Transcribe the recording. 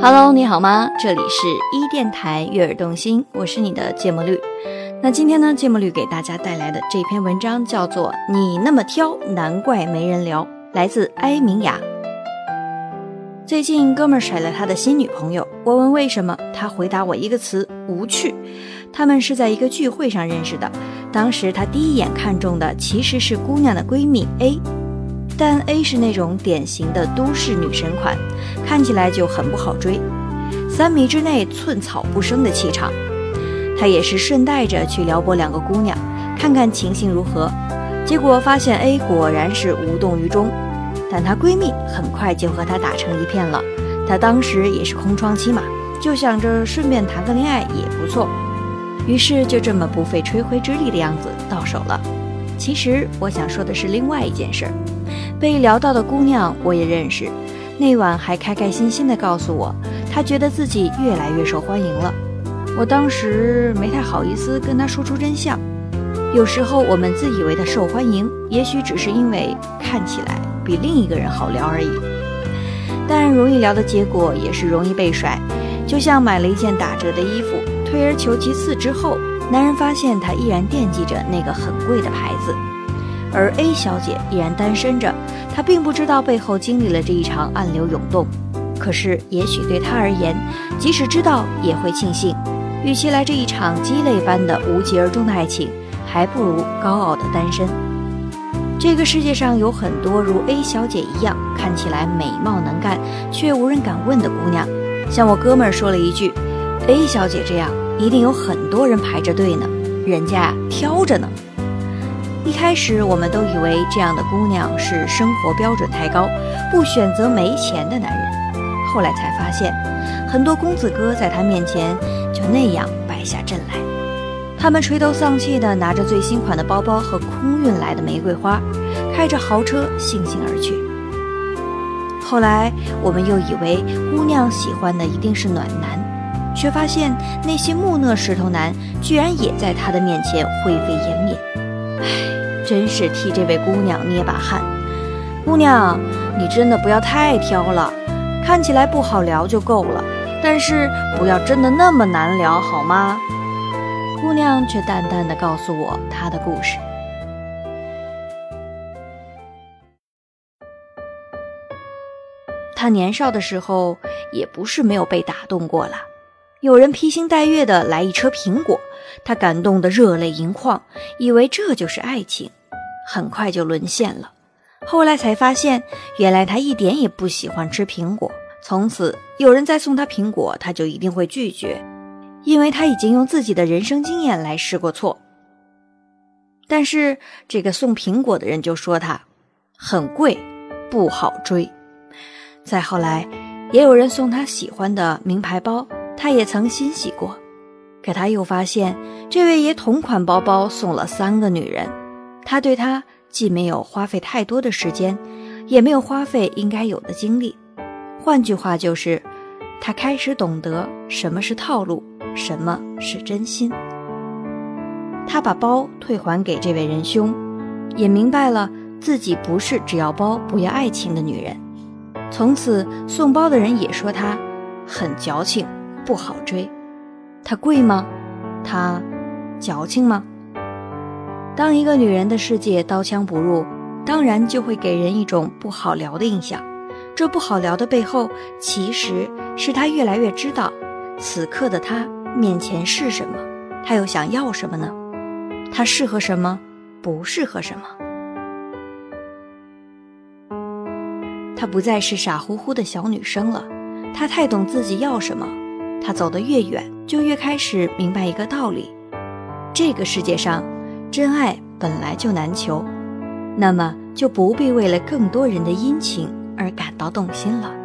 Hello， 你好吗？这里是一电台悦耳动心，我是你的芥末绿。那今天呢，芥末绿给大家带来的这篇文章叫做《你那么挑，难怪没人聊》，来自埃明雅。最近哥们甩了他的新女朋友，我问为什么，他回答我一个词：无趣。他们是在一个聚会上认识的，当时他第一眼看中的其实是姑娘的闺蜜 A， 但 A 是那种典型的都市女神款，看起来就很不好追，3米之内寸草不生的气场。他也是顺带着去撩拨2个姑娘，看看情形如何，结果发现 A 果然是无动于衷，但她闺蜜很快就和她打成一片了。她当时也是空窗期嘛，就想着顺便谈个恋爱也不错，于是就这么不费吹灰之力的样子到手了。其实我想说的是另外一件事，被聊到的姑娘我也认识，那晚还开开心心地告诉我，她觉得自己越来越受欢迎了。我当时没太好意思跟她说出真相，有时候我们自以为的受欢迎，也许只是因为看起来比另一个人好聊而已。但容易聊的结果也是容易被甩，就像买了一件打折的衣服，退而求其次之后，男人发现他依然惦记着那个很贵的牌子，而 A 小姐依然单身着，她并不知道背后经历了这一场暗流涌动。可是也许对她而言，即使知道也会庆幸，与其来这一场鸡肋般的无疾而终的爱情，还不如高傲的单身。这个世界上有很多如 A 小姐一样看起来美貌能干却无人敢问的姑娘，像我哥们儿说了一句， A 小姐这样一定有很多人排着队呢，人家挑着呢。一开始我们都以为这样的姑娘是生活标准太高，不选择没钱的男人，后来才发现很多公子哥在她面前就那样败下阵来，他们垂头丧气地拿着最新款的包包和空运来的玫瑰花，开着豪车悻悻而去。后来我们又以为姑娘喜欢的一定是暖男，却发现那些木讷石头男居然也在她的面前灰飞烟灭。真是替这位姑娘捏把汗。姑娘，你真的不要太挑了，看起来不好聊就够了，但是不要真的那么难聊好吗？姑娘却淡淡地告诉我她的故事。她年少的时候也不是没有被打动过啦，有人披星戴月地来一车苹果，她感动得热泪盈眶，以为这就是爱情，很快就沦陷了。后来才发现，原来她一点也不喜欢吃苹果，从此有人再送她苹果，她就一定会拒绝，因为她已经用自己的人生经验来试过错。但是这个送苹果的人就说她很贵，不好追。再后来也有人送她喜欢的名牌包，她也曾欣喜过，可她又发现这位爷同款包包送了3个女人，她对他既没有花费太多的时间，也没有花费应该有的精力。换句话就是，她开始懂得什么是套路，什么是真心。她把包退还给这位仁兄，也明白了自己不是只要包不要爱情的女人。从此送包的人也说她很矫情，不好追。她贵吗？她矫情吗？当一个女人的世界刀枪不入，当然就会给人一种不好聊的印象。这不好聊的背后，其实是她越来越知道此刻的她面前是什么，她又想要什么呢？她适合什么，不适合什么。她不再是傻乎乎的小女生了，她太懂自己要什么。她走得越远，就越开始明白一个道理，这个世界上真爱本来就难求，那么就不必为了更多人的殷勤而感到动心了。